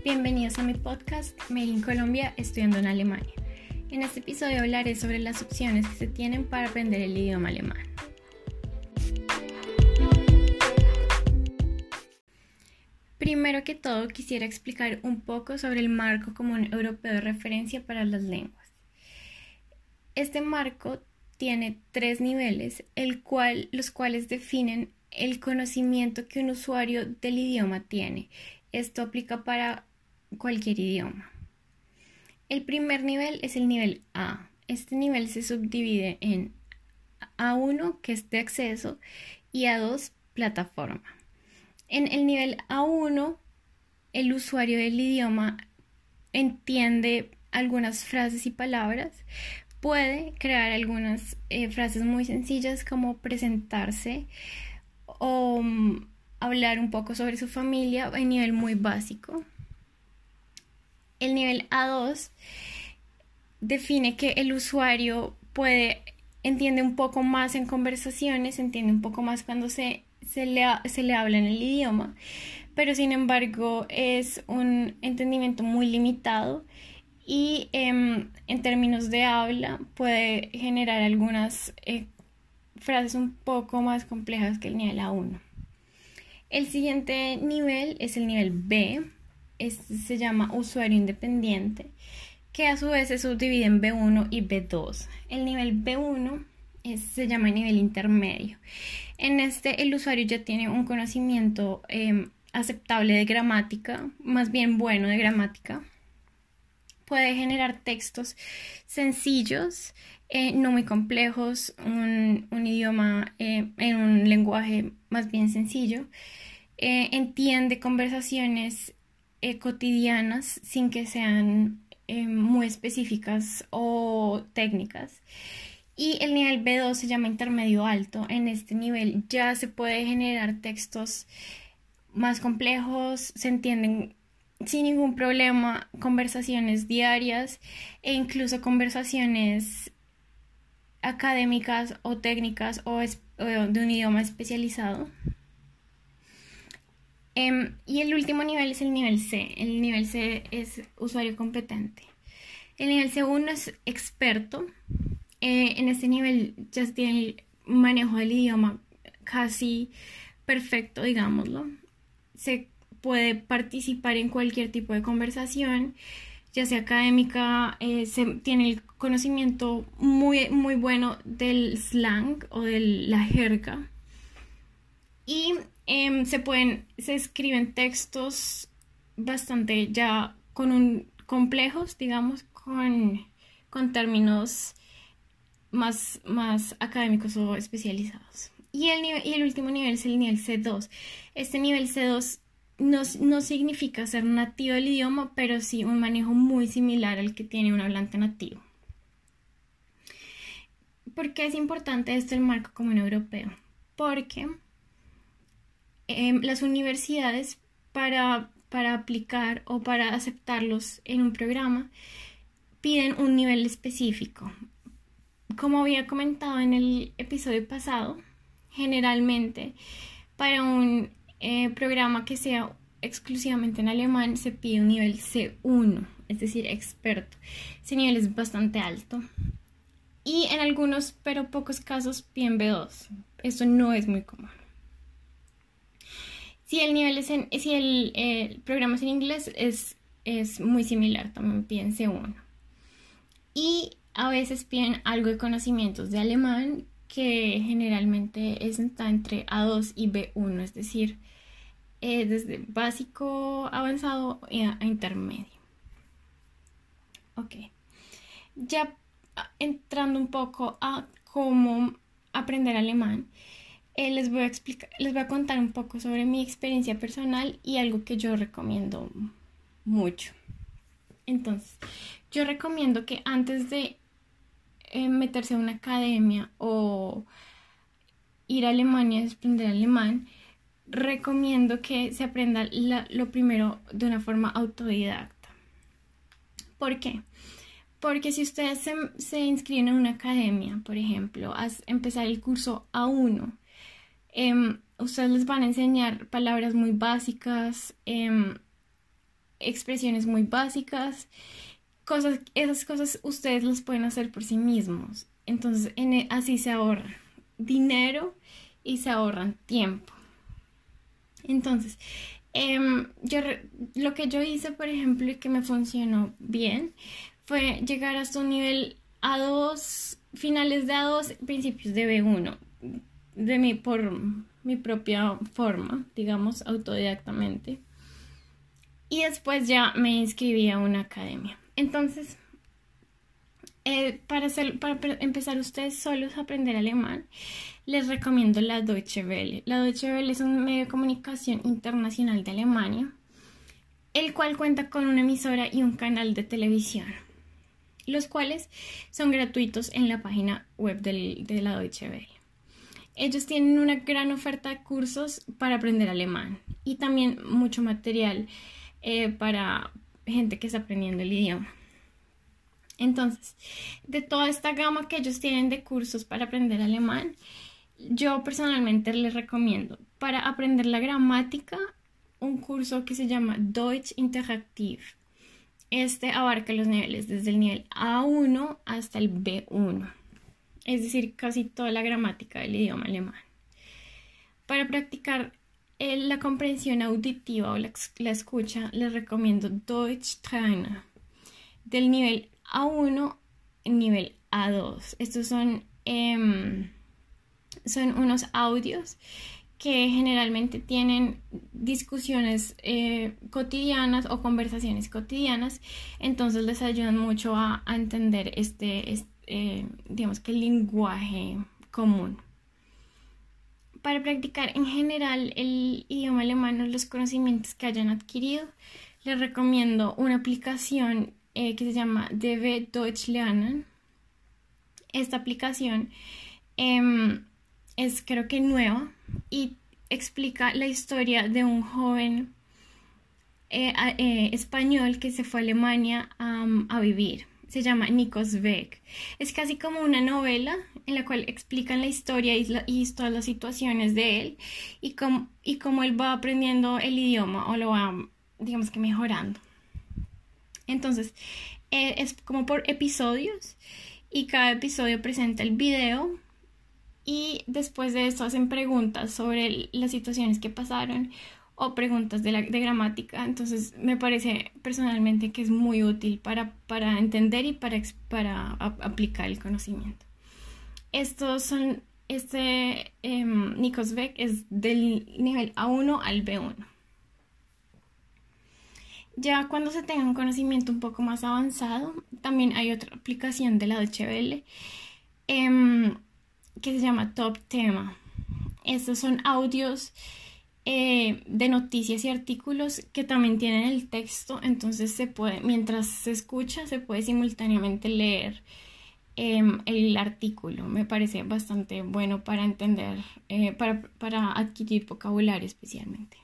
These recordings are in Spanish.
Bienvenidos a mi podcast Made in Colombia, estudiando en Alemania. En este episodio hablaré sobre las opciones que se tienen para aprender el idioma alemán. Primero que todo, quisiera explicar un poco sobre el marco común europeo de referencia para las lenguas. Este marco tiene 3 niveles, los cuales definen el conocimiento que un usuario del idioma tiene. Esto aplica para cualquier idioma. El primer nivel es el nivel A. Este nivel se subdivide en A1, que es de acceso, y A2, plataforma. En el nivel A1, el usuario del idioma entiende algunas frases y palabras, puede crear algunas frases muy sencillas como presentarse o hablar un poco sobre su familia a nivel muy básico. El nivel A2 define que el usuario entiende un poco más en conversaciones, entiende un poco más cuando se le habla en el idioma, pero sin embargo es un entendimiento muy limitado y en términos de habla puede generar algunas frases un poco más complejas que el nivel A1. El siguiente nivel es el nivel B. Este se llama usuario independiente, que a su vez se subdivide en B1 y B2. El nivel B1 se llama nivel intermedio. En este el usuario ya tiene un conocimiento aceptable de gramática, más bien bueno de gramática. Puede generar textos sencillos, no muy complejos, un idioma en un lenguaje más bien sencillo. Entiende conversaciones cotidianas sin que sean muy específicas o técnicas. Y el nivel B2 se llama intermedio alto. En este nivel ya se puede generar textos más complejos, se entienden sin ningún problema conversaciones diarias e incluso conversaciones académicas o técnicas o de un idioma especializado. Y el último nivel es el nivel C. El nivel C es usuario competente. El nivel C1 es experto. En este nivel ya se tiene el manejo del idioma casi perfecto, digámoslo. Se puede participar en cualquier tipo de conversación, ya sea académica, se tiene el conocimiento muy, muy bueno del slang o de la jerga. Y se escriben textos bastante ya complejos, digamos, con términos más académicos o especializados. Y el último nivel es el nivel C2. Este nivel C2 no significa ser nativo del idioma, pero sí un manejo muy similar al que tiene un hablante nativo. ¿Por qué es importante esto el marco común europeo? Porque las universidades para aplicar o para aceptarlos en un programa piden un nivel específico. Como había comentado en el episodio pasado, generalmente para un programa que sea exclusivamente en alemán se pide un nivel C1, es decir, experto. Ese nivel es bastante alto. Y en algunos, pero pocos casos, piden B2. Esto no es muy común. Si el programa es en inglés, es muy similar, también piden C1. Y a veces piden algo de conocimientos de alemán, que generalmente está entre A2 y B1, es decir, desde básico, avanzado a intermedio. Ok, ya entrando un poco a cómo aprender alemán, les voy a contar un poco sobre mi experiencia personal y algo que yo recomiendo mucho. Entonces, yo recomiendo que antes de meterse a una academia o ir a Alemania a aprender alemán, recomiendo que se aprenda lo primero de una forma autodidacta. ¿Por qué? Porque si ustedes se inscriben en una academia, por ejemplo, a empezar el curso A1, ustedes les van a enseñar palabras muy básicas, expresiones muy básicas, esas cosas ustedes las pueden hacer por sí mismos. Entonces, así se ahorran dinero y se ahorran tiempo. Entonces, lo que yo hice, por ejemplo, y que me funcionó bien, fue llegar hasta un nivel A2, finales de A2, principios de B1, por mi propia forma, digamos, autodidactamente. Y después ya me inscribí a una academia. Entonces, para empezar ustedes solos a aprender alemán, les recomiendo la Deutsche Welle. La Deutsche Welle es un medio de comunicación internacional de Alemania, el cual cuenta con una emisora y un canal de televisión, los cuales son gratuitos en la página web de la Deutsche Welle. Ellos tienen una gran oferta de cursos para aprender alemán y también mucho material para gente que está aprendiendo el idioma. Entonces, de toda esta gama que ellos tienen de cursos para aprender alemán, yo personalmente les recomiendo para aprender la gramática un curso que se llama Deutsch Interaktiv. Este abarca los niveles desde el nivel A1 hasta el B1, es decir, casi toda la gramática del idioma alemán. Para practicar la comprensión auditiva o la escucha, les recomiendo Deutsch Trainer del nivel A1 al nivel A2. Estos son unos audios que generalmente tienen discusiones cotidianas o conversaciones cotidianas, entonces les ayudan mucho a entender digamos que el lenguaje común. Para practicar en general el idioma alemán o los conocimientos que hayan adquirido, les recomiendo una aplicación que se llama DW Deutsch Lernen. Esta aplicación es creo que nueva y explica la historia de un joven español que se fue a Alemania a vivir. Se llama Nikos Weg. Es casi como una novela en la cual explican la historia y todas las situaciones de él y cómo él va aprendiendo el idioma o lo va, digamos que mejorando. Entonces, es como por episodios y cada episodio presenta el video y después de esto hacen preguntas sobre las situaciones que pasaron o preguntas de gramática. Entonces me parece personalmente que es muy útil para entender y para aplicar el conocimiento. Nikos Weg es del nivel A1 al B1. Ya cuando se tenga un conocimiento un poco más avanzado, también hay otra aplicación de la Deutsche Welle que se llama Top Tema. Estos son audios de noticias y artículos que también tienen el texto, entonces mientras se escucha, se puede simultáneamente leer el artículo. Me parece bastante bueno para entender, para adquirir vocabulario especialmente.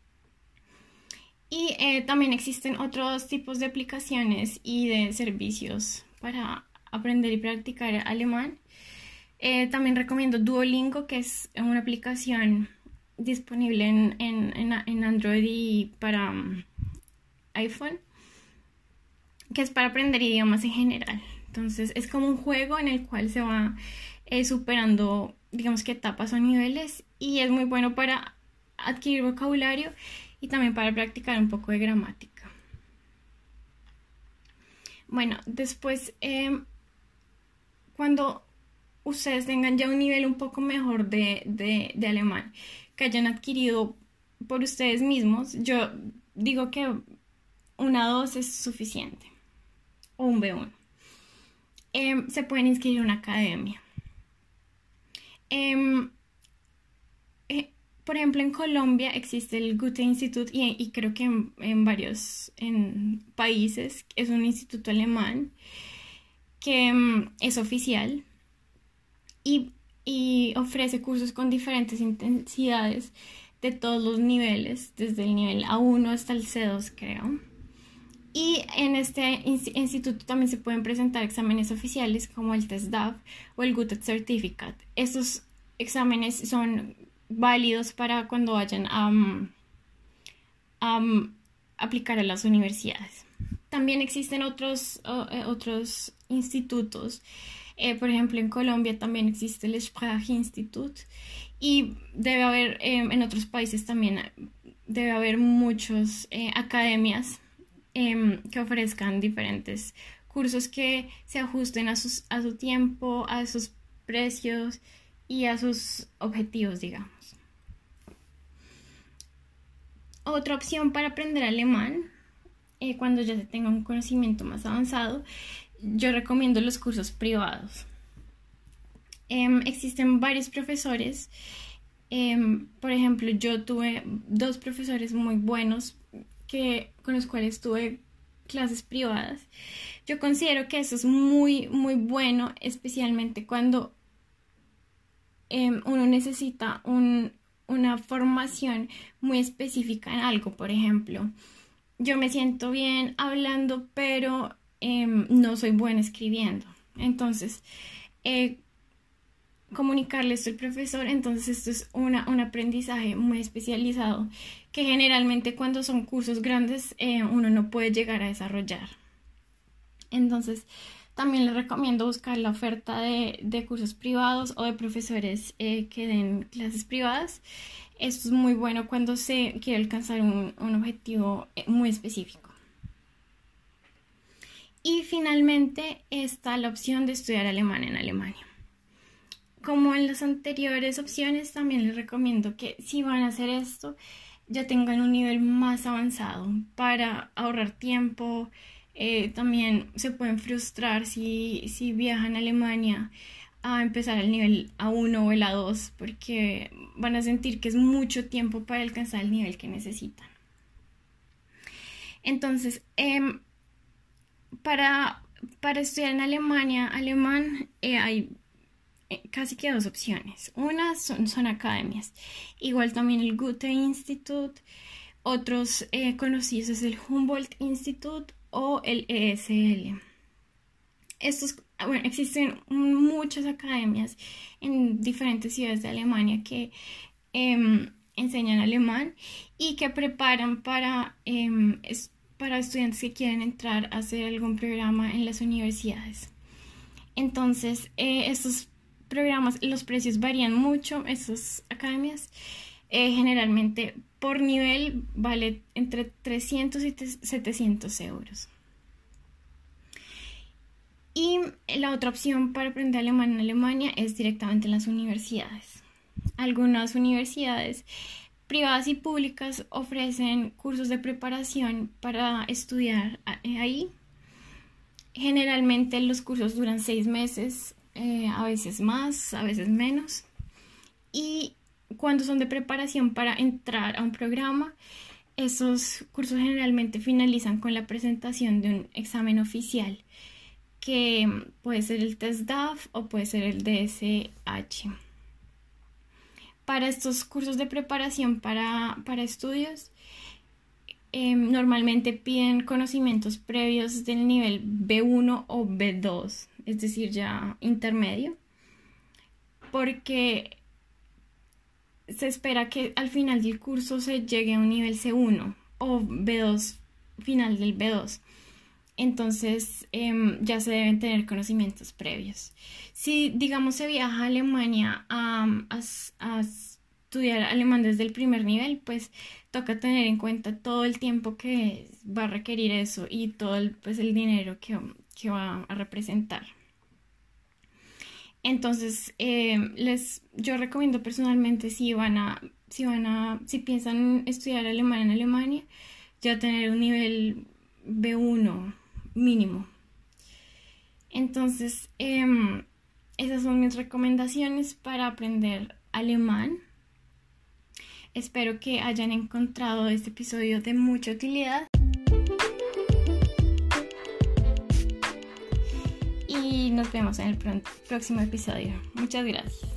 Y también existen otros tipos de aplicaciones y de servicios para aprender y practicar alemán. También recomiendo Duolingo, que es una aplicación disponible en Android y para iPhone, que es para aprender idiomas en general. Entonces es como un juego en el cual se va superando, digamos que etapas o niveles, y es muy bueno para adquirir vocabulario y también para practicar un poco de gramática. Bueno, después cuando ustedes tengan ya un nivel un poco mejor de alemán que hayan adquirido por ustedes mismos, yo digo que un A2 es suficiente o un B1. Se pueden inscribir en una academia. Por ejemplo, en Colombia existe el Goethe-Institut y creo que en varios países es un instituto alemán que es oficial y ofrece cursos con diferentes intensidades de todos los niveles, desde el nivel A1 hasta el C2, creo. Y en este instituto también se pueden presentar exámenes oficiales como el TestDaF o el Gute Certificate. Estos exámenes son válidos para cuando vayan a aplicar a las universidades. También existen otros institutos. Por ejemplo, en Colombia también existe el Sprachinstitut y debe haber, en otros países también debe haber muchas academias que ofrezcan diferentes cursos que se ajusten a su tiempo, a sus precios y a sus objetivos, digamos. Otra opción para aprender alemán, cuando ya se tenga un conocimiento más avanzado, yo recomiendo los cursos privados. Existen varios profesores. Por ejemplo, yo tuve 2 profesores muy buenos con los cuales tuve clases privadas. Yo considero que eso es muy, muy bueno, especialmente cuando uno necesita una formación muy específica en algo. Por ejemplo, yo me siento bien hablando, pero no soy buena escribiendo. Entonces, comunicarle esto al profesor, entonces esto es un aprendizaje muy especializado que generalmente cuando son cursos grandes uno no puede llegar a desarrollar. Entonces también les recomiendo buscar la oferta de cursos privados o de profesores que den clases privadas. Esto es muy bueno cuando se quiere alcanzar un objetivo muy específico. Y finalmente está la opción de estudiar alemán en Alemania. Como en las anteriores opciones, también les recomiendo que si van a hacer esto, ya tengan un nivel más avanzado para ahorrar tiempo. También se pueden frustrar si viajan a Alemania a empezar el nivel A1 o el A2, porque van a sentir que es mucho tiempo para alcanzar el nivel que necesitan. Entonces, para estudiar en alemán, hay casi que 2 opciones. Una son academias. Igual también el Goethe-Institut. Otros conocidos es el Humboldt-Institut o el ESL. Existen muchas academias en diferentes ciudades de Alemania que enseñan alemán y que preparan para estudiantes que quieren entrar a hacer algún programa en las universidades. Entonces, estos programas, los precios varían mucho. Estas academias generalmente por nivel vale entre 300 y 700 euros. Y la otra opción para aprender alemán en Alemania es directamente en las universidades. Algunas universidades privadas y públicas ofrecen cursos de preparación para estudiar ahí. Generalmente los cursos duran 6 meses, a veces más, a veces menos. Y cuando son de preparación para entrar a un programa, esos cursos generalmente finalizan con la presentación de un examen oficial, que puede ser el TestDaF o puede ser el DSH. Para estos cursos de preparación para estudios, normalmente piden conocimientos previos del nivel B1 o B2, es decir, ya intermedio, porque se espera que al final del curso se llegue a un nivel C1 o B2, final del B2. Entonces ya se deben tener conocimientos previos. Si, digamos, se viaja a Alemania a estudiar alemán desde el primer nivel, pues toca tener en cuenta todo el tiempo que va a requerir eso y todo el dinero que va a representar. Entonces, yo recomiendo personalmente si piensan estudiar alemán en Alemania, ya tener un nivel B1 mínimo. Entonces, esas son mis recomendaciones para aprender alemán. Espero que hayan encontrado este episodio de mucha utilidad. Y nos vemos en el próximo episodio. Muchas gracias.